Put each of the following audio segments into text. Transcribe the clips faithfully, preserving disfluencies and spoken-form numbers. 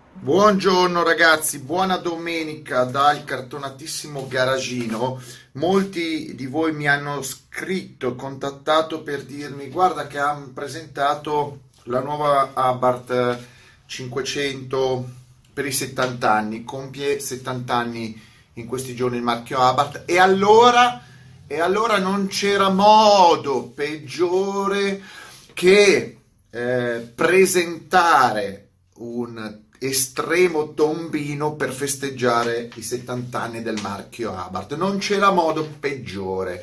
Buongiorno ragazzi, buona domenica dal cartonatissimo garagino. Molti di voi mi hanno scritto, contattato per dirmi guarda che hanno presentato la nuova Abarth cinquecento per i settanta anni, compie settanta anni in questi giorni il marchio Abarth e allora, e allora non c'era modo peggiore che eh, presentare un estremo tombino per festeggiare i settanta anni del marchio Abarth. Non c'era modo peggiore.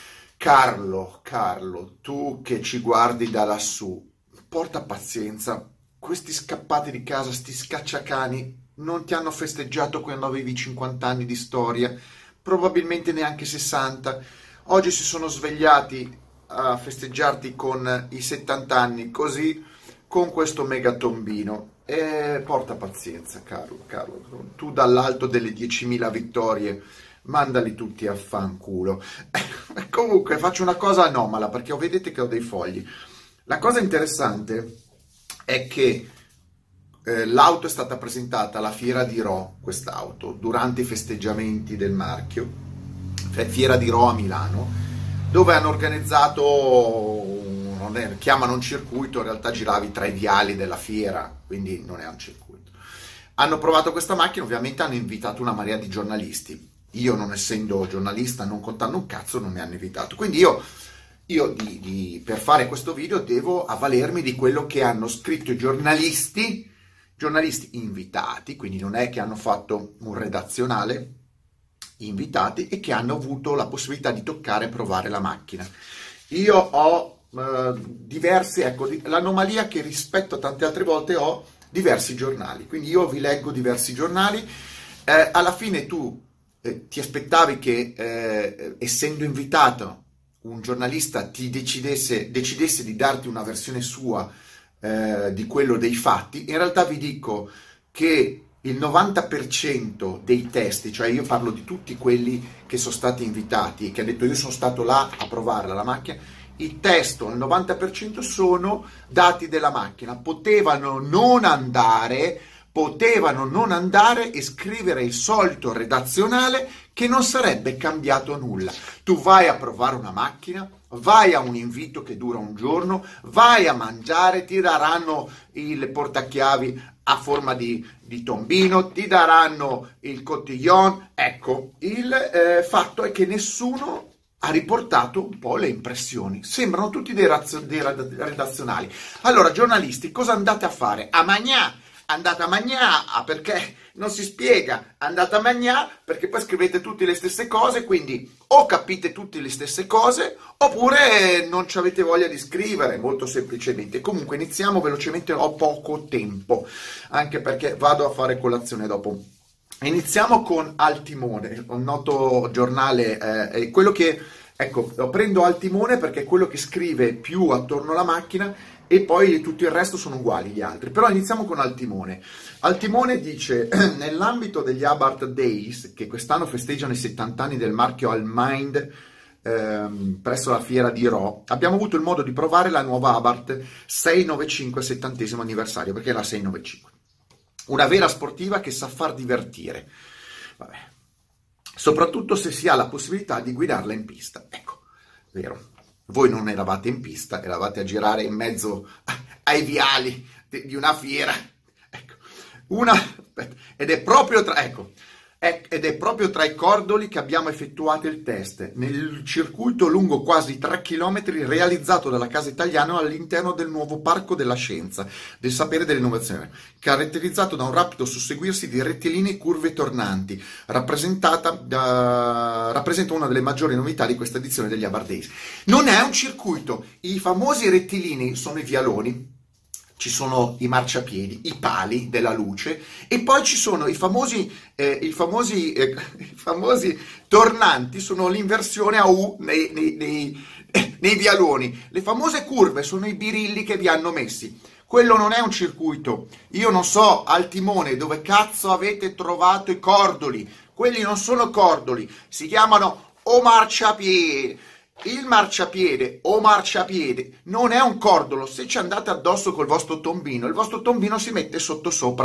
Carlo, Carlo, tu che ci guardi da lassù, porta pazienza. Questi scappati di casa, sti scacciacani, non ti hanno festeggiato quando avevi cinquanta anni di storia, probabilmente neanche sessanta. Oggi si sono svegliati a festeggiarti con i settanta anni, così con questo megatombino. E porta pazienza, Carlo, Carlo, tu dall'alto delle diecimila vittorie mandali tutti a fanculo. Comunque faccio una cosa anomala perché vedete che ho dei fogli. La cosa interessante è che eh, l'auto è stata presentata alla Fiera di Rho, quest'auto, durante i festeggiamenti del marchio, Fiera di Rho a Milano, dove hanno organizzato non è, chiamano un circuito, in realtà giravi tra i viali della fiera, quindi non è un circuito. Hanno provato questa macchina, ovviamente hanno invitato una marea di giornalisti. Io, non essendo giornalista, non contando un cazzo, non mi hanno invitato. Quindi io, io di, di, per fare questo video devo avvalermi di quello che hanno scritto i giornalisti, giornalisti invitati, quindi non è che hanno fatto un redazionale, invitati, e che hanno avuto la possibilità di toccare e provare la macchina. Io ho Uh, diversi, ecco, l'anomalia che rispetto a tante altre volte ho diversi giornali, quindi io vi leggo diversi giornali. Eh, alla fine tu eh, ti aspettavi che eh, essendo invitato un giornalista ti decidesse, decidesse di darti una versione sua eh, di quello dei fatti. In realtà vi dico che il novanta per cento dei testi, cioè io parlo di tutti quelli che sono stati invitati e che hanno detto io sono stato là a provarla la macchina, il testo al novanta per cento sono dati della macchina, potevano non andare, potevano non andare e scrivere il solito redazionale che non sarebbe cambiato nulla. Tu vai a provare una macchina, vai a un invito che dura un giorno, vai a mangiare, ti daranno il portachiavi a forma di, di tombino, ti daranno il cotillon. Ecco, il eh, fatto è che nessuno ha riportato un po' le impressioni. Sembrano tutti dei, razio, dei redazionali. Allora, giornalisti, cosa andate a fare? A magnà, andate a magnà, perché non si spiega, andate a magnà, perché poi scrivete tutte le stesse cose, quindi o capite tutte le stesse cose, oppure non ci avete voglia di scrivere, molto semplicemente. Comunque, iniziamo velocemente, ho poco tempo, anche perché vado a fare colazione dopo. Iniziamo con Al Timone, un noto giornale, eh, è quello che, ecco, prendo Al Timone perché è quello che scrive più attorno alla macchina e poi tutto il resto sono uguali gli altri. Però iniziamo con Al Timone. Al Timone dice, nell'ambito degli Abarth Days, che quest'anno festeggiano i settanta anni del marchio Almind ehm, presso la Fiera di Rho, abbiamo avuto il modo di provare la nuova Abarth seicentonovantacinque settantesimo anniversario, perché è la seicentonovantacinque. Una vera sportiva che sa far divertire, vabbè, soprattutto se si ha la possibilità di guidarla in pista. Ecco, vero, voi non eravate in pista, eravate a girare in mezzo ai viali di una fiera, ecco, una, ed è proprio tra, ecco, ed è proprio tra i cordoli che abbiamo effettuato il test, nel circuito lungo quasi tre chilometri realizzato dalla Casa Italiana all'interno del nuovo Parco della Scienza, del Sapere e dell'Innovazione, caratterizzato da un rapido susseguirsi di rettilinei curve tornanti, rappresentata da, rappresenta una delle maggiori novità di questa edizione degli Abarth Days. Non è un circuito, i famosi rettilinei sono i vialoni, ci sono i marciapiedi, i pali della luce e poi ci sono i famosi, eh, i famosi, eh, i famosi tornanti, sono l'inversione a U nei, nei, nei, eh, nei vialoni. Le famose curve sono i birilli che vi hanno messi. Quello non è un circuito. Io non so al timone dove cazzo avete trovato i cordoli. Quelli non sono cordoli, si chiamano o marciapiedi. Il marciapiede o marciapiede non è un cordolo. Se ci andate addosso col vostro tombino, il vostro tombino si mette sotto sopra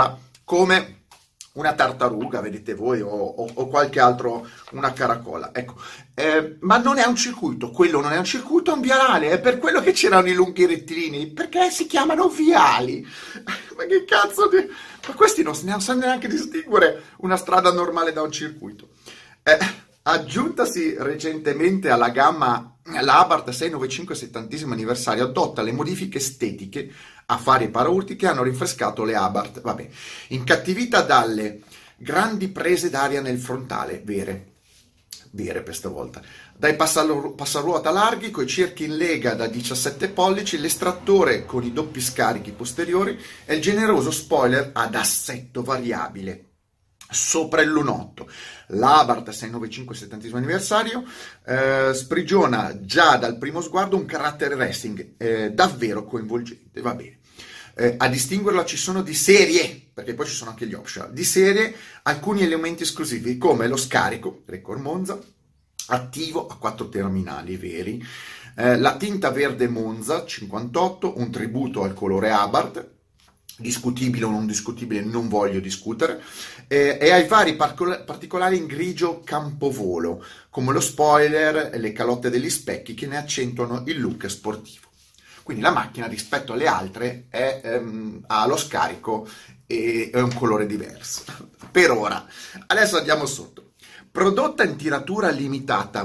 come una tartaruga, vedete voi, o, o, o qualche altro, una caracola, ecco. Eh, ma non è un circuito, quello non è un circuito, è un viale, è per quello che c'erano i lunghi rettilini, perché si chiamano viali. Ma che cazzo di... Ma questi non, non sanno neanche distinguere una strada normale da un circuito. Eh, aggiuntasi recentemente alla gamma, la Abarth sei novantacinque settantesimo anniversario adotta le modifiche estetiche a fari e paraurti che hanno rinfrescato le Abarth, vabbè, incattivita dalle grandi prese d'aria nel frontale, vere, vere per stavolta, dai passaro- passaruota larghi coi cerchi in lega da diciassette pollici, l'estrattore con i doppi scarichi posteriori e il generoso spoiler ad assetto variabile sopra il lunotto. L'Abarth sei novantacinque settantesimo anniversario eh, sprigiona già dal primo sguardo un carattere racing eh, davvero coinvolgente, va bene. Eh, a distinguerla ci sono di serie, perché poi ci sono anche gli optional, di serie alcuni elementi esclusivi come lo scarico, Record Monza, attivo a quattro terminali veri, eh, la tinta verde Monza cinquantotto, un tributo al colore Abarth, discutibile o non discutibile non voglio discutere, eh, e ai vari parco- particolari in grigio campovolo come lo spoiler e le calotte degli specchi che ne accentuano il look sportivo. Quindi la macchina rispetto alle altre è, ehm, ha lo scarico e è un colore diverso per ora. Adesso andiamo sotto. Prodotta in tiratura limitata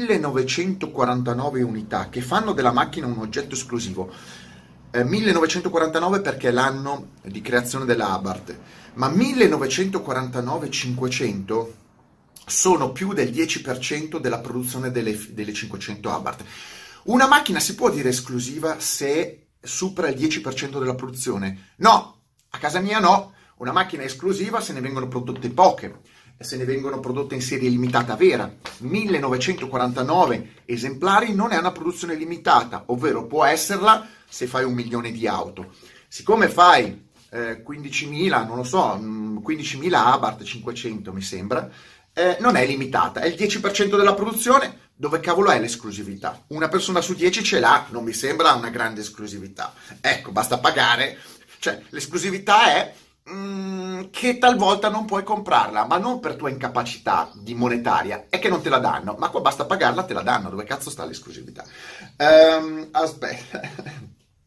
millenovecentoquarantanove unità che fanno della macchina un oggetto esclusivo. Eh, millenovecentoquarantanove perché è l'anno di creazione della Abarth, ma millenovecentoquarantanove cinquecento sono più del dieci per cento della produzione delle, delle cinquecento Abarth. Una macchina si può dire esclusiva se supera il dieci per cento della produzione? No, a casa mia no. Una macchina è esclusiva se ne vengono prodotte poche, se ne vengono prodotte in serie limitata vera. millenovecentoquarantanove esemplari non è una produzione limitata, ovvero può esserla se fai un milione di auto. Siccome fai eh, quindicimila, non lo so, quindicimila Abarth cinquecento mi sembra, eh, non è limitata, è il dieci per cento della produzione. Dove cavolo è l'esclusività? Una persona su dieci ce l'ha, non mi sembra una grande esclusività. Ecco, basta pagare, cioè l'esclusività è mm, che talvolta non puoi comprarla, ma non per tua incapacità di monetaria, è che non te la danno, ma qua basta pagarla, te la danno. Dove cazzo sta l'esclusività? Um, aspetta...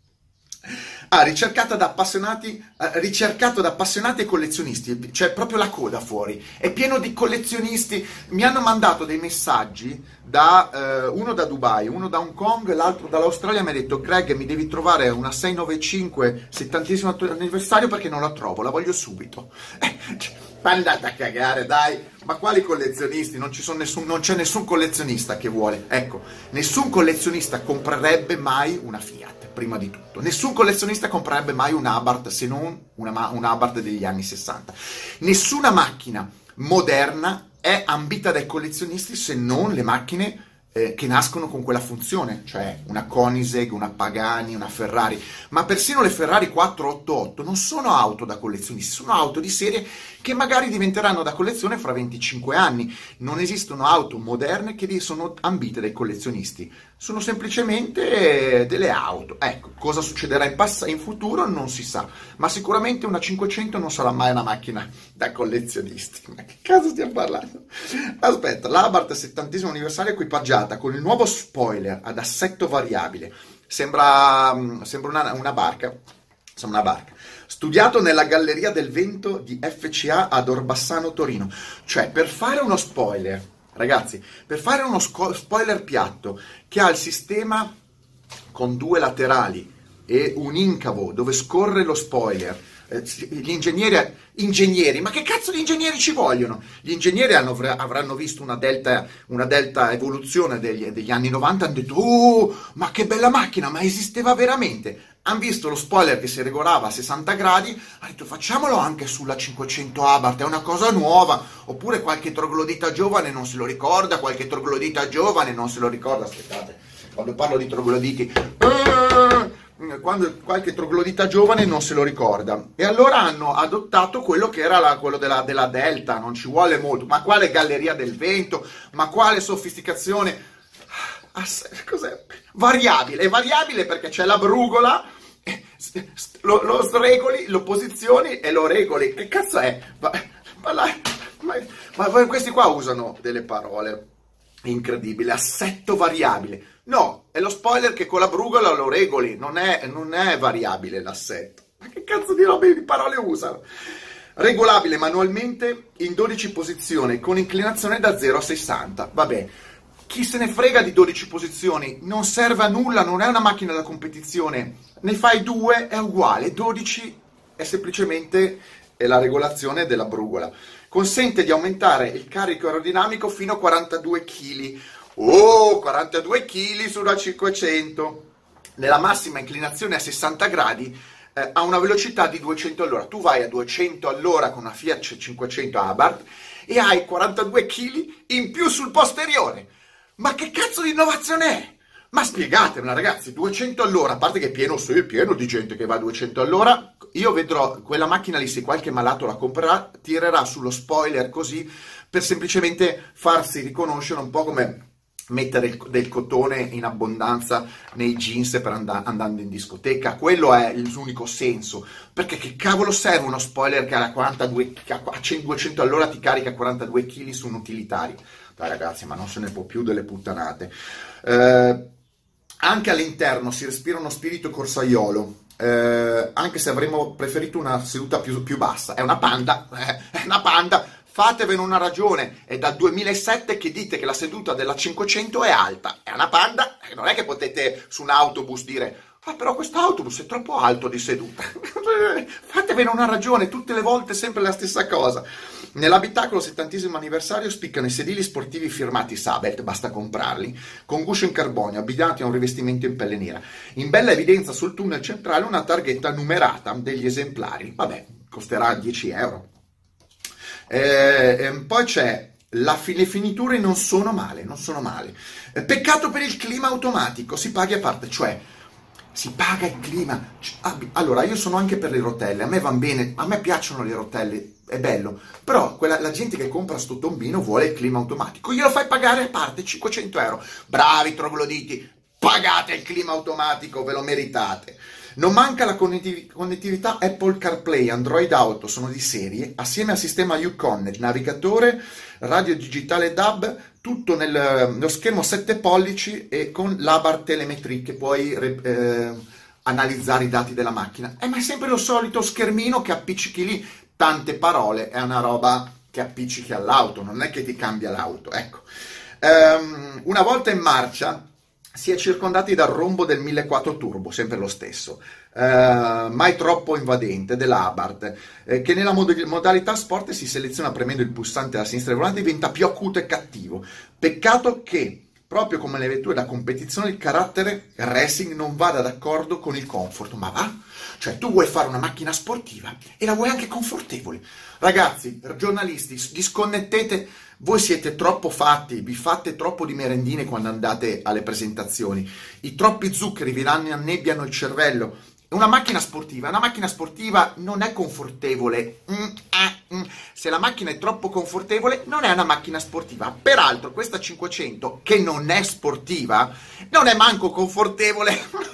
Ah, ricercata da appassionati, eh, ricercato da appassionati e collezionisti, c'è proprio la coda fuori, è pieno di collezionisti. Mi hanno mandato dei messaggi, da eh, uno da Dubai, uno da Hong Kong, l'altro dall'Australia. Mi ha detto: Greg, mi devi trovare una sei novantacinque settantesimo anniversario perché non la trovo, la voglio subito. Eh, cioè, andate a cagare, dai. Ma quali collezionisti? Non ci sono nessun, non c'è nessun collezionista che vuole. Ecco, nessun collezionista comprerebbe mai una Fiat, prima di tutto. Nessun collezionista comprerebbe mai un Abarth, se non una, un Abarth degli anni sessanta. Nessuna macchina moderna è ambita dai collezionisti se non le macchine eh, che nascono con quella funzione, cioè una Koenigsegg, una Pagani, una Ferrari. Ma persino le Ferrari quattrocentottantotto non sono auto da collezionisti, sono auto di serie che magari diventeranno da collezione fra venticinque anni. Non esistono auto moderne che sono ambite dai collezionisti, sono semplicemente delle auto. Ecco, cosa succederà in, pass- in futuro non si sa, ma sicuramente una cinquecento non sarà mai una macchina da collezionisti. Ma che caso stiamo parlando? Aspetta, l'Abarth settantesimo anniversario equipaggiata con il nuovo spoiler ad assetto variabile. Sembra, sembra una, una barca, sembra una barca. Studiato nella Galleria del Vento di F C A ad Orbassano Torino. Cioè, per fare uno spoiler, ragazzi, per fare uno sco- spoiler piatto che ha il sistema con due laterali e un incavo dove scorre lo spoiler, eh, gli ingegneri, ingegneri, ma che cazzo di ingegneri ci vogliono? Gli ingegneri hanno, avranno visto una delta, una delta evoluzione degli, degli anni novanta, hanno detto: oh, ma che bella macchina, ma esisteva veramente? Hanno visto lo spoiler che si regolava a sessanta gradi, hanno detto: facciamolo anche sulla cinquecento Abarth, è una cosa nuova. Oppure qualche troglodita giovane non se lo ricorda, qualche troglodita giovane non se lo ricorda. Aspettate, quando parlo di trogloditi, eh, quando qualche troglodita giovane non se lo ricorda. E allora hanno adottato quello che era la, quello della, della Delta, non ci vuole molto. Ma quale Galleria del Vento, ma quale sofisticazione? Ah, cos'è? Variabile, è variabile perché c'è la brugola lo, lo sregoli, lo posizioni e lo regoli. Che cazzo è? Ma, ma, la, ma, ma questi qua usano delle parole incredibili. Assetto variabile. No, è lo spoiler che con la brugola lo regoli, non è, non è variabile l'assetto. Ma che cazzo di robe di parole usano? Regolabile manualmente in dodici posizioni con inclinazione da zero a sessanta. Vabbè, chi se ne frega di dodici posizioni, non serve a nulla, non è una macchina da competizione. Ne fai due, è uguale, dodici è semplicemente la regolazione della brugola. Consente di aumentare il carico aerodinamico fino a quarantadue chili. Oh, quarantadue chili su una cinquecento. Nella massima inclinazione a sessanta gradi, eh, a una velocità di duecento all'ora. Tu vai a duecento all'ora con una Fiat cinquecento Abarth e hai quarantadue chili in più sul posteriore. Ma che cazzo di innovazione è? Ma spiegatemela, ragazzi, duecento all'ora, a parte che è pieno, sì, è pieno di gente che va a duecento all'ora, io vedrò quella macchina lì, se qualche malato la comprerà, tirerà sullo spoiler così, per semplicemente farsi riconoscere un po' come mettere il, del cotone in abbondanza nei jeans per and- andando in discoteca. Quello è l'unico senso, perché che cavolo serve uno spoiler che a quarantadue, che a duecento all'ora ti carica quarantadue chili su un utilitario? Dai ragazzi, ma non se ne può più delle puttanate. Eh, anche all'interno si respira uno spirito corsaiolo, eh, anche se avremmo preferito una seduta più, più bassa. È una Panda, eh, è una Panda. Fatevene una ragione, è dal duemilasette che dite che la seduta della cinquecento è alta, è una Panda, non è che potete su un autobus dire ah però quest'autobus è troppo alto di seduta, fatevene una ragione, tutte le volte sempre la stessa cosa. Nell'abitacolo settantesimo anniversario spiccano i sedili sportivi firmati Sabelt, basta comprarli, con guscio in carbonio, abbinati a un rivestimento in pelle nera. In bella evidenza sul tunnel centrale una targhetta numerata degli esemplari, vabbè, costerà dieci euro. Eh, eh, poi c'è la fi- le finiture non sono male, non sono male. Eh, peccato per il clima automatico, si paghi a parte, cioè si paga il clima. Allora, io sono anche per le rotelle, a me van bene, a me piacciono le rotelle, è bello, però quella, la gente che compra sto tombino vuole il clima automatico, glielo fai pagare a parte cinquecento euro. Bravi trogloditi, pagate il clima automatico, ve lo meritate. Non manca la connettività Apple CarPlay, Android Auto, sono di serie, assieme al sistema uConnect, navigatore, radio digitale D A B, tutto nel, nello schermo sette pollici e con l'Abarth Telemetry che puoi eh, analizzare i dati della macchina. Eh, ma è sempre lo solito schermino che appiccichi lì, tante parole, è una roba che appiccichi all'auto, non è che ti cambia l'auto, ecco. Um, una volta in marcia si è circondati dal rombo del millequattrocento Turbo, sempre lo stesso, eh, mai troppo invadente, dell'Abarth, eh, che nella mod- modalità sport si seleziona premendo il pulsante alla sinistra del volante, diventa più acuto e cattivo. Peccato che, proprio come le vetture da competizione, il carattere racing non vada d'accordo con il comfort. Ma va? Cioè, tu vuoi fare una macchina sportiva e la vuoi anche confortevole. Ragazzi, giornalisti, disconnettete. Voi siete troppo fatti, vi fate troppo di merendine quando andate alle presentazioni. I troppi zuccheri vi annebbiano il cervello. Una macchina sportiva, una macchina sportiva non è confortevole. Mm, eh, mm. Se la macchina è troppo confortevole, non è una macchina sportiva. Peraltro, questa cinquecento, che non è sportiva, non è manco confortevole.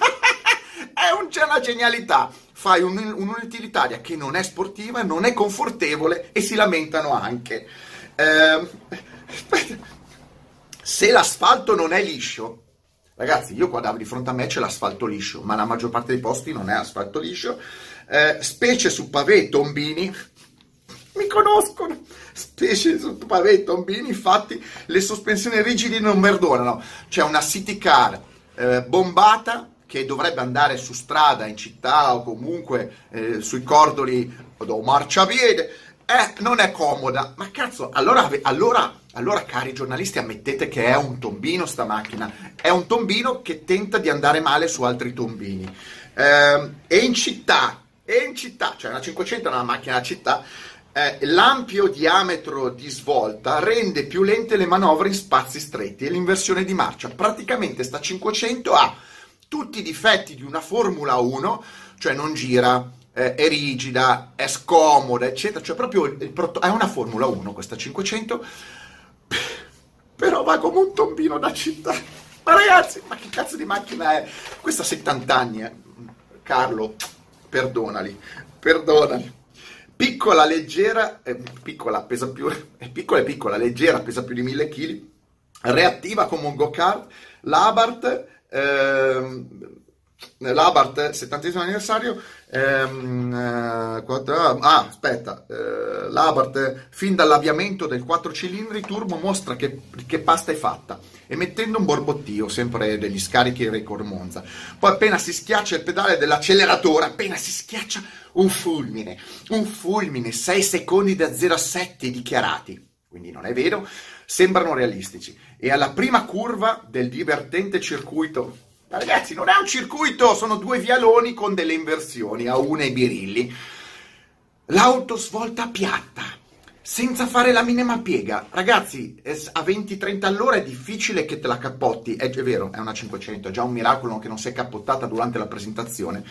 È un, c'è una genialità. Fai un, un'utilitaria che non è sportiva, non è confortevole e si lamentano anche. Eh, se l'asfalto non è liscio, ragazzi, io qua di fronte a me c'è l'asfalto liscio, ma la maggior parte dei posti non è asfalto liscio, eh, specie su pavé tombini, mi conoscono, specie su pavé tombini, infatti le sospensioni rigide non perdonano. C'è una city car eh, bombata che dovrebbe andare su strada in città o comunque eh, sui cordoli o marciapiede. Eh, non è comoda, ma cazzo, allora, allora, allora cari giornalisti, ammettete che è un tombino sta macchina, è un tombino che tenta di andare male su altri tombini. Eh, e in città, e in città, cioè una cinquecento è una macchina da città, eh, l'ampio diametro di svolta rende più lente le manovre in spazi stretti e l'inversione di marcia. Praticamente sta cinquecento ha tutti i difetti di una Formula uno, cioè non gira, Eh, è rigida, è scomoda, eccetera, cioè proprio il, il proto- è una Formula uno questa cinquecento, però va come un tombino da città. Ma ragazzi, ma che cazzo di macchina è? Questa ha settanta anni, eh. Carlo, perdonali, perdonali. Piccola, leggera, eh, piccola, pesa più, è piccola, è piccola, leggera, pesa più di mille chili, reattiva come un go-kart, l'Abarth, ehm, l'Abarth settantesimo anniversario, ehm, eh, quattro, ah, aspetta, eh, l'Abarth fin dall'avviamento del quattro cilindri turbo mostra che, che pasta è fatta, emettendo un borbottio, sempre degli scarichi record Monza. Poi appena si schiaccia il pedale dell'acceleratore, appena si schiaccia un fulmine, un fulmine, sei secondi da zero a sette dichiarati, quindi non è vero, sembrano realistici. E alla prima curva del divertente circuito, ma ragazzi, non è un circuito, sono due vialoni con delle inversioni a una e birilli, l'auto svolta piatta, senza fare la minima piega. Ragazzi, a venti trenta all'ora è difficile che te la cappotti, è, è vero, è una cinquecento, è già un miracolo che non si è cappottata durante la presentazione,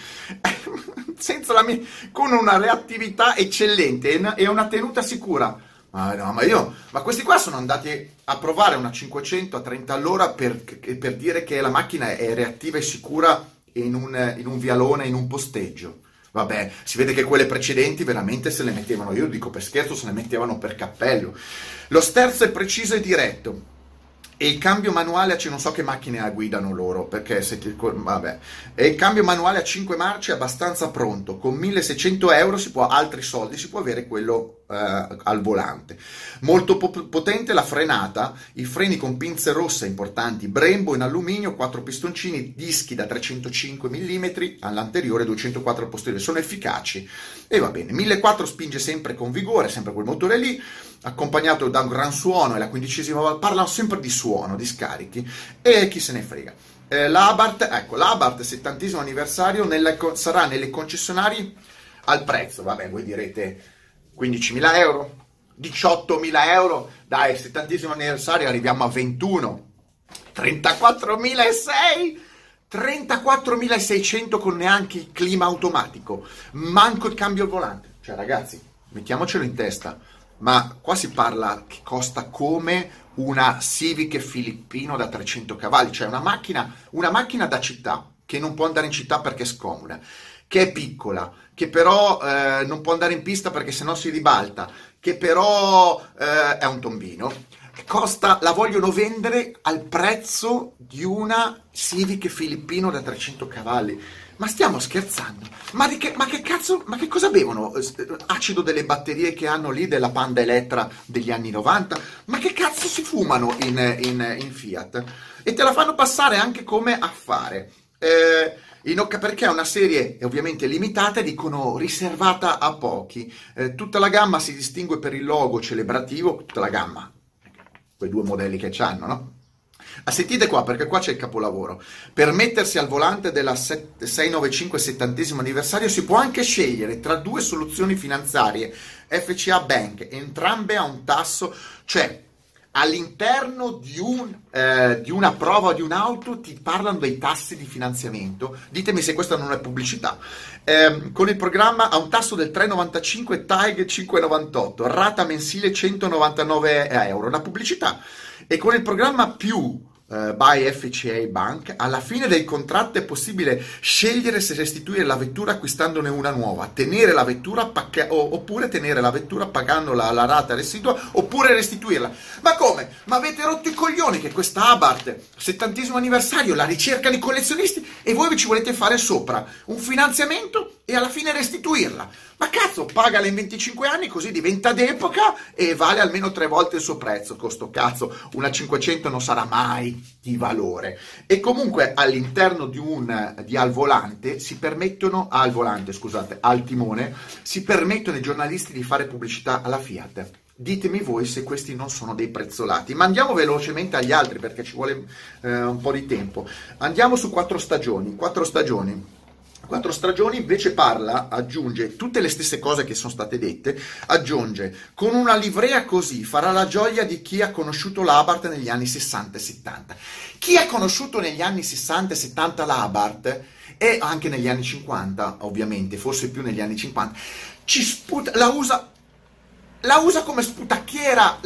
senza la mia, con una reattività eccellente e una tenuta sicura. Ma no, ma io, ma questi qua sono andati a provare una cinquecento a trenta all'ora per, per dire che la macchina è reattiva e sicura in un, in un vialone, in un posteggio. Vabbè, si vede che quelle precedenti veramente se le mettevano, io dico per scherzo, se le mettevano per cappello. Lo sterzo è preciso e diretto. E il cambio manuale, cioè non so che macchine guidano loro, perché se ti, vabbè. E il cambio manuale a cinque marce è abbastanza pronto, con milleseicento euro si può, altri soldi, si può avere quello eh, al volante. Molto po- potente la frenata, i freni con pinze rosse importanti, Brembo in alluminio, quattro pistoncini, dischi da trecentocinque millimetri all'anteriore, duecentoquattro al posteriore, sono efficaci. E va bene, millequattrocento spinge sempre con vigore, sempre quel motore lì, accompagnato da un gran suono, e la quindicesima volta parlano sempre di suono, di scarichi, e chi se ne frega. Eh, l'Abarth, ecco, l'Abarth settantesimo anniversario nelle, sarà nelle concessionarie al prezzo, vabbè, voi direte quindicimila euro, diciottomila euro, dai, settantesimo anniversario arriviamo a ventuno, trentaquattromilaseicento, trentaquattromilaseicento con neanche il clima automatico, manco il cambio al volante, cioè ragazzi, mettiamocelo in testa. Ma qua si parla che costa come una Civic filippino da trecento cavalli, cioè una macchina, una macchina da città che non può andare in città perché è scomoda, che è piccola, che però eh, non può andare in pista perché sennò si ribalta, che però eh, è un tombino, costa, la vogliono vendere al prezzo di una Civic filippino da trecento cavalli. Ma stiamo scherzando? Ma, di che, ma che cazzo, ma che cosa bevono? Acido delle batterie che hanno lì della Panda Elettra degli anni novanta? Ma che cazzo si fumano in, in, in Fiat? E te la fanno passare anche come affare. Eh, in, perché è una serie ovviamente limitata e dicono riservata a pochi. Eh, tutta la gamma si distingue per il logo celebrativo, tutta la gamma, quei due modelli che c'hanno, no? Ah, sentite qua, perché qua c'è il capolavoro. Per mettersi al volante della seicentonovantacinque settantesimo anniversario si può anche scegliere tra due soluzioni finanziarie F C A Bank, entrambe a un tasso, cioè all'interno di, un, eh, di una prova di un'auto ti parlano dei tassi di finanziamento. Ditemi se questa non è pubblicità. Eh, con il programma a un tasso del tre virgola novantacinque, T A G cinque virgola novantotto, rata mensile centonovantanove euro, una pubblicità. E con il programma più Uh, by F C A Bank, alla fine del contratto è possibile scegliere se restituire la vettura acquistandone una nuova, tenere la vettura pacca- o, oppure tenere la vettura pagando la, la rata residua, oppure restituirla. Ma come? Ma avete rotto i coglioni che questa Abarth settantesimo anniversario la ricercano i collezionisti e voi ci volete fare sopra un finanziamento e alla fine restituirla? Ma cazzo, pagala in venticinque anni così diventa d'epoca e vale almeno tre volte il suo prezzo. Costo cazzo, una cinquecento non sarà mai di valore. E comunque all'interno di un di al volante si permettono al volante, scusate, al timone si permettono ai giornalisti di fare pubblicità alla Fiat. Ditemi voi se questi non sono dei prezzolati. Ma andiamo velocemente agli altri perché ci vuole eh, un po' di tempo. Andiamo su quattro stagioni. Quattro stagioni. Quattro stagioni invece parla, aggiunge tutte le stesse cose che sono state dette, aggiunge con una livrea così farà la gioia di chi ha conosciuto l'Abarth negli anni sessanta e settanta. Chi ha conosciuto negli anni sessanta e settanta l'Abarth e anche negli anni cinquanta, ovviamente, forse più negli anni cinquanta, ci sputa, la usa, la usa come sputacchiera,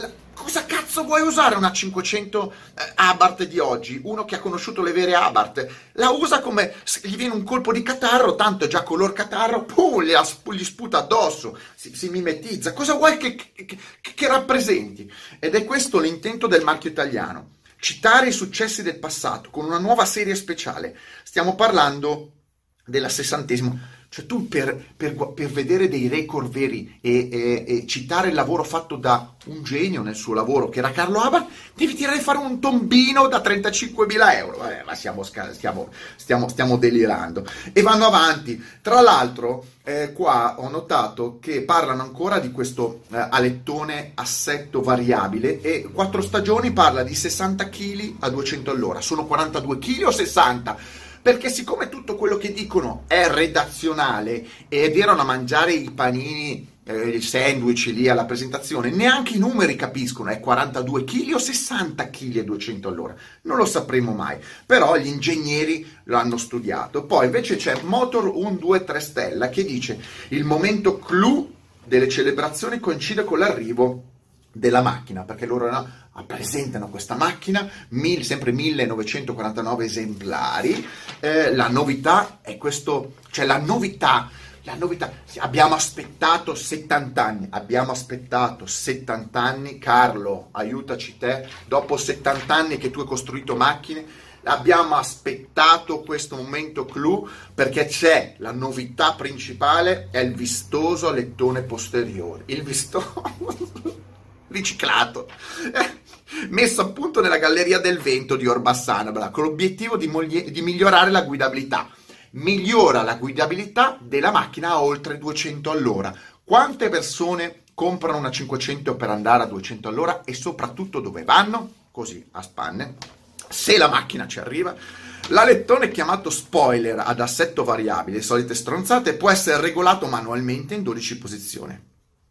cosa cazzo vuoi usare una cinquecento eh, Abarth di oggi? Uno che ha conosciuto le vere Abarth la usa come gli viene un colpo di catarro, tanto è già color catarro, pum, gli, gli sputa addosso, si, si mimetizza. Cosa vuoi che, che, che, che rappresenti? Ed è questo l'intento del marchio italiano: citare i successi del passato con una nuova serie speciale. Stiamo parlando della sessantesima. Cioè tu per, per, per vedere dei record veri e, e, e citare il lavoro fatto da un genio nel suo lavoro, che era Carlo Abarth, devi tirare fuori un tombino da trentacinquemila euro. Vabbè, ma siamo, stiamo, stiamo, stiamo delirando. E vanno avanti. Tra l'altro, eh, qua ho notato che parlano ancora di questo eh, alettone assetto variabile, e quattro stagioni parla di sessanta chili a duecento all'ora. Sono quarantadue chili o sessanta? Perché siccome tutto quello che dicono è redazionale ed erano a mangiare i panini, eh, il sandwich lì alla presentazione, neanche i numeri capiscono, è quarantadue chili o sessanta chili a duecento all'ora, non lo sapremo mai, però gli ingegneri lo hanno studiato. Poi invece c'è Motor uno due tre Stella che dice: il momento clou delle celebrazioni coincide con l'arrivo della macchina, perché loro no, presentano questa macchina, mil, sempre millenovecentoquarantanove esemplari. Eh, la novità è questo, cioè la novità, la novità, abbiamo aspettato settanta anni, abbiamo aspettato settanta anni, Carlo, aiutaci te, dopo settanta anni che tu hai costruito macchine, abbiamo aspettato questo momento clou, perché c'è la novità principale, è il vistoso alettone posteriore, il vistoso riciclato, eh, messo appunto nella galleria del vento di Orbassana, con l'obiettivo di, moglie- di migliorare la guidabilità. Migliora la guidabilità della macchina a oltre duecento all'ora. Quante persone comprano una cinquecento per andare a duecento all'ora, e soprattutto dove vanno? Così, a spanne. Se la macchina ci arriva, l'alettone chiamato spoiler ad assetto variabile, solite stronzate, può essere regolato manualmente in dodici posizioni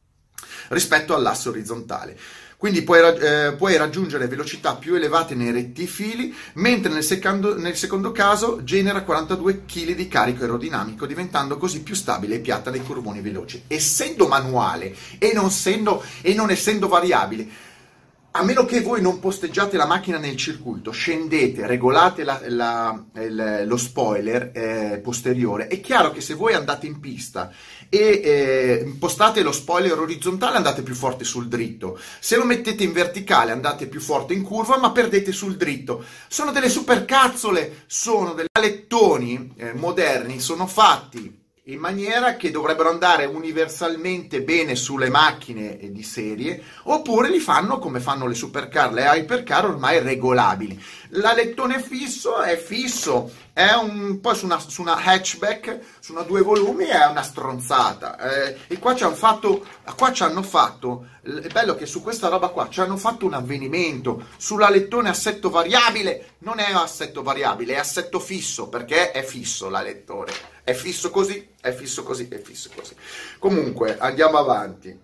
rispetto all'asse orizzontale. Quindi puoi, eh, puoi raggiungere velocità più elevate nei rettifili, mentre nel secondo, nel secondo caso genera quarantadue chili di carico aerodinamico, diventando così più stabile e piatta dei curvoni veloci. Essendo manuale e non essendo, e non essendo variabile, a meno che voi non posteggiate la macchina nel circuito, scendete, regolate la, la, il, lo spoiler eh, posteriore, è chiaro che se voi andate in pista e eh, impostate lo spoiler orizzontale, andate più forte sul dritto. Se lo mettete in verticale, andate più forte in curva, ma perdete sul dritto. Sono delle supercazzole, sono degli alettoni eh, moderni, sono fatti in maniera che dovrebbero andare universalmente bene sulle macchine di serie, oppure li fanno come fanno le supercar, le hypercar ormai regolabili. L'alettone fisso è fisso, è un poi su una, su una hatchback, su una due volumi è una stronzata. Eh, e qua ci hanno fatto, qua ci hanno fatto, è bello che su questa roba qua ci hanno fatto un avvenimento. Sull'alettone assetto variabile non è assetto variabile, è assetto fisso, perché è fisso l'alettone. È fisso così, è fisso così, è fisso così. Comunque, andiamo avanti.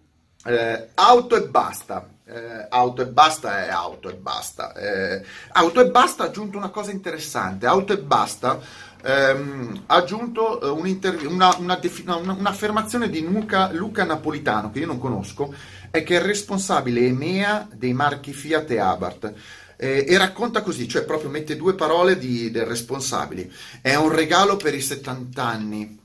Eh, auto e basta. Eh, auto e basta è auto e basta. Eh, auto e basta ha aggiunto una cosa interessante. Auto e basta ehm, ha aggiunto eh, una, una, una, un'affermazione di Luca, Luca Napolitano, che io non conosco, è che è il responsabile E M E A dei marchi Fiat e Abarth. Eh, e racconta così, cioè proprio mette due parole di, del responsabile: è un regalo per i settanta anni,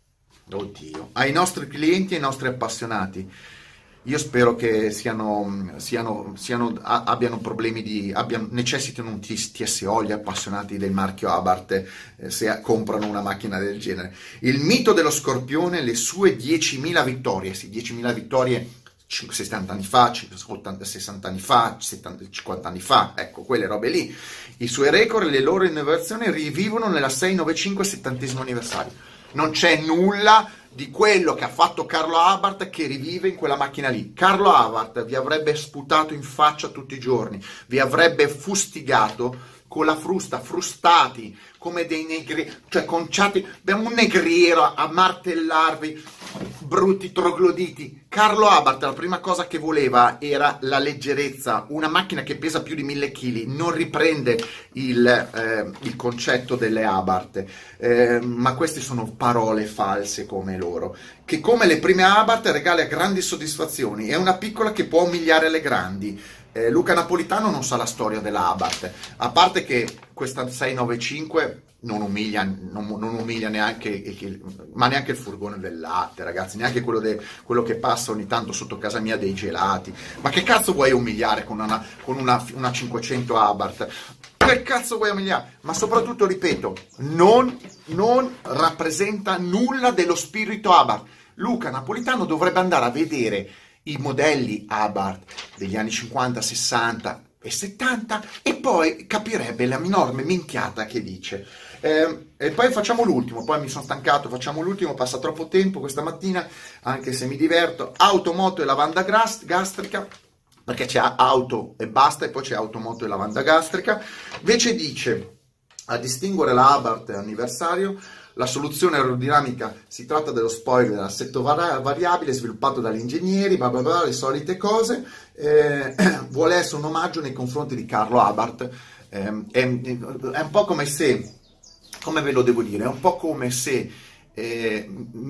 oddio, ai nostri clienti e ai nostri appassionati. Io spero che siano, siano, siano abbiano problemi di, abbiano, necessitino un T S O gli appassionati del marchio Abarth eh, se comprano una macchina del genere. Il mito dello Scorpione, le sue diecimila vittorie, sì, diecimila vittorie sessanta anni fa, ottanta, sessanta anni fa, settanta, cinquanta anni fa, ecco, quelle robe lì. I suoi record e le loro innovazioni rivivono nella sei nove cinque settantesimo anniversario. Non c'è nulla di quello che ha fatto Carlo Abarth che rivive in quella macchina lì. Carlo Abarth vi avrebbe sputato in faccia tutti i giorni, vi avrebbe fustigato con la frusta, frustati come dei negri, cioè conciati, abbiamo un negriero a martellarvi. brutti trogloditi. Carlo Abarth la prima cosa che voleva era la leggerezza. Una macchina che pesa più di mille chili non riprende il, eh, il concetto delle Abarth, eh, ma queste sono parole false come loro, che come le prime Abarth regala grandi soddisfazioni, è una piccola che può umiliare le grandi. Eh, Luca Napolitano non sa la storia della Abarth, a parte che questa sei novantacinque non umilia, non, non umilia neanche, ma neanche il furgone del latte, ragazzi, neanche quello, de, quello che passa ogni tanto sotto casa mia dei gelati. Ma che cazzo vuoi umiliare con una, con una, una cinquecento Abarth? Che cazzo vuoi umiliare? Ma soprattutto, ripeto, non, non rappresenta nulla dello spirito Abarth. Luca Napolitano dovrebbe andare a vedere i modelli Abarth degli anni cinquanta, sessanta e settanta e poi capirebbe la enorme minchiata che dice. Eh, e poi facciamo l'ultimo, poi mi sono stancato, facciamo l'ultimo, passa troppo tempo questa mattina, anche se mi diverto. Auto, moto e lavanda gastrica, perché c'è auto e basta, e poi c'è auto, moto e lavanda gastrica. Invece dice, a distinguere la Abarth anniversario, la soluzione aerodinamica si tratta dello spoiler assetto variabile sviluppato dagli ingegneri, bla bla bla, le solite cose. Eh, vuole essere un omaggio nei confronti di Carlo Abarth. Eh, è, è un po' come se, come ve lo devo dire, è un po' come se eh,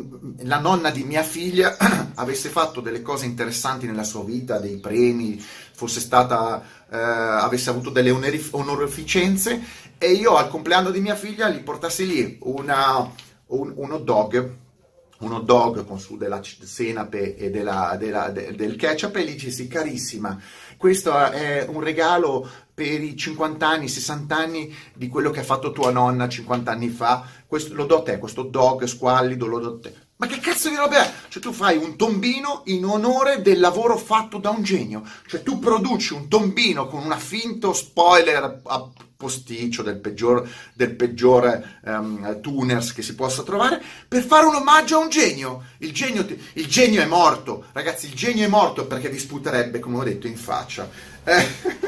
la nonna di mia figlia avesse fatto delle cose interessanti nella sua vita, dei premi, fosse stata, eh, avesse avuto delle onorificenze, e io al compleanno di mia figlia gli portassi lì una, un, un hot dog, un hot dog con su della senape e della, della, de, del ketchup, e gli dicessi: carissima, questo è un regalo per i cinquanta anni, sessanta anni di quello che ha fatto tua nonna cinquanta anni fa, questo, lo do a te, questo dog squallido, lo do a te. Ma che cazzo di roba è? Cioè tu fai un tombino in onore del lavoro fatto da un genio, cioè tu produci un tombino con una finto spoiler a posticcio del peggior, del peggiore um, tuners che si possa trovare, per fare un omaggio a un genio. Il genio, il genio è morto, ragazzi, il genio è morto, perché vi sputerebbe, come ho detto, in faccia. Eh,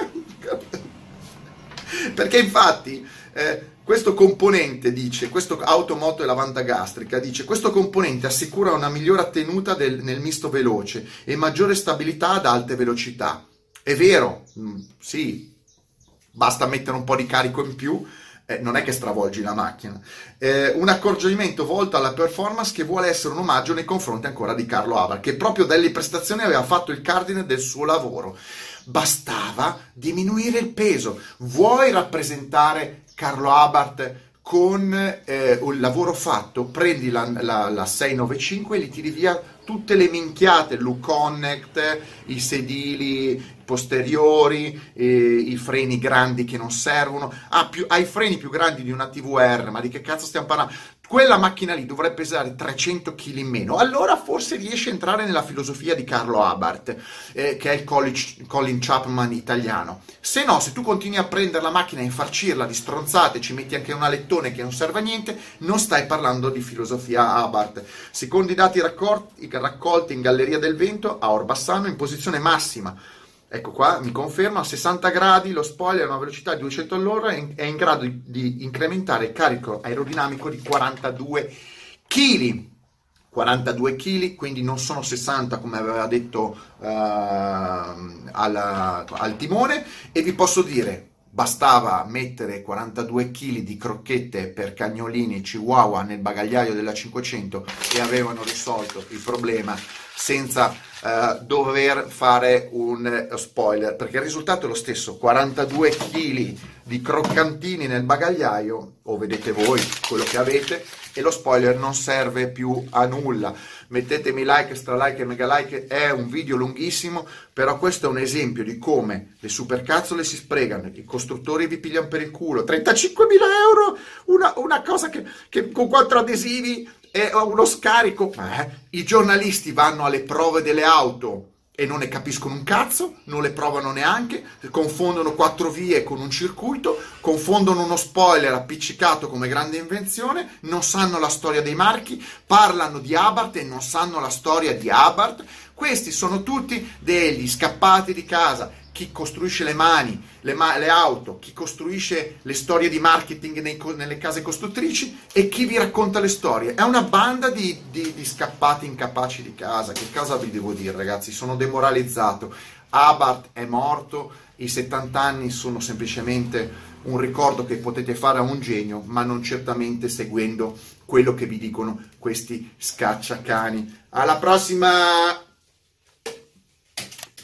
perché infatti eh, questo componente dice, questo auto, moto e lavanda gastrica dice, questo componente assicura una migliore tenuta del, nel misto veloce e maggiore stabilità ad alte velocità. È vero, mm, sì, basta mettere un po' di carico in più, eh, non è che stravolgi la macchina. Eh, un accorgimento volto alla performance che vuole essere un omaggio nei confronti ancora di Carlo Abarth, che proprio dalle prestazioni aveva fatto il cardine del suo lavoro. Bastava diminuire il peso. Vuoi rappresentare Carlo Abarth con eh, un lavoro fatto? Prendi la, la, la sei novantacinque e gli tiri via tutte le minchiate, il look connect, i sedili posteriori, eh, i freni grandi che non servono, ha, più, ha i freni più grandi di una T V R, ma di che cazzo stiamo parlando? Quella macchina lì dovrebbe pesare trecento chili in meno, allora forse riesce a entrare nella filosofia di Carlo Abarth, eh, che è il Colin Chapman italiano. Se no, se tu continui a prendere la macchina e infarcirla di stronzate, ci metti anche un alettone che non serve a niente, non stai parlando di filosofia Abarth. Secondo i dati raccolti, raccolti in Galleria del Vento a Orbassano, in posizione massima, ecco qua, mi conferma, a sessanta gradi lo spoiler a una velocità di duecento all'ora è in grado di, di incrementare il carico aerodinamico di quarantadue chili. quarantadue chili, quindi non sono sessanta come aveva detto uh, alla, al timone, e vi posso dire, bastava mettere quarantadue chili di crocchette per cagnolini chihuahua nel bagagliaio della cinquecento e avevano risolto il problema senza uh, dover fare un uh, spoiler, perché il risultato è lo stesso: quarantadue chili di croccantini nel bagagliaio, o vedete voi quello che avete, e lo spoiler non serve più a nulla. Mettetemi like, stra like e mega like, è un video lunghissimo, però questo è un esempio di come le supercazzole si sprecano, i costruttori vi pigliano per il culo, trentacinquemila euro, una, una cosa che, che con quattro adesivi e uno scarico, eh, i giornalisti vanno alle prove delle auto e non ne capiscono un cazzo, non le provano neanche, confondono quattro vie con un circuito, confondono uno spoiler appiccicato come grande invenzione, non sanno la storia dei marchi, parlano di Abarth e non sanno la storia di Abarth. Questi sono tutti degli scappati di casa chi costruisce le mani, le, ma- le auto, chi costruisce le storie di marketing nei co- nelle case costruttrici e chi vi racconta le storie. È una banda di, di, di scappati incapaci di casa. Che cosa vi devo dire, ragazzi? Sono demoralizzato. Abarth è morto, i settanta anni sono semplicemente un ricordo che potete fare a un genio, ma non certamente seguendo quello che vi dicono questi scacciacani. Alla prossima!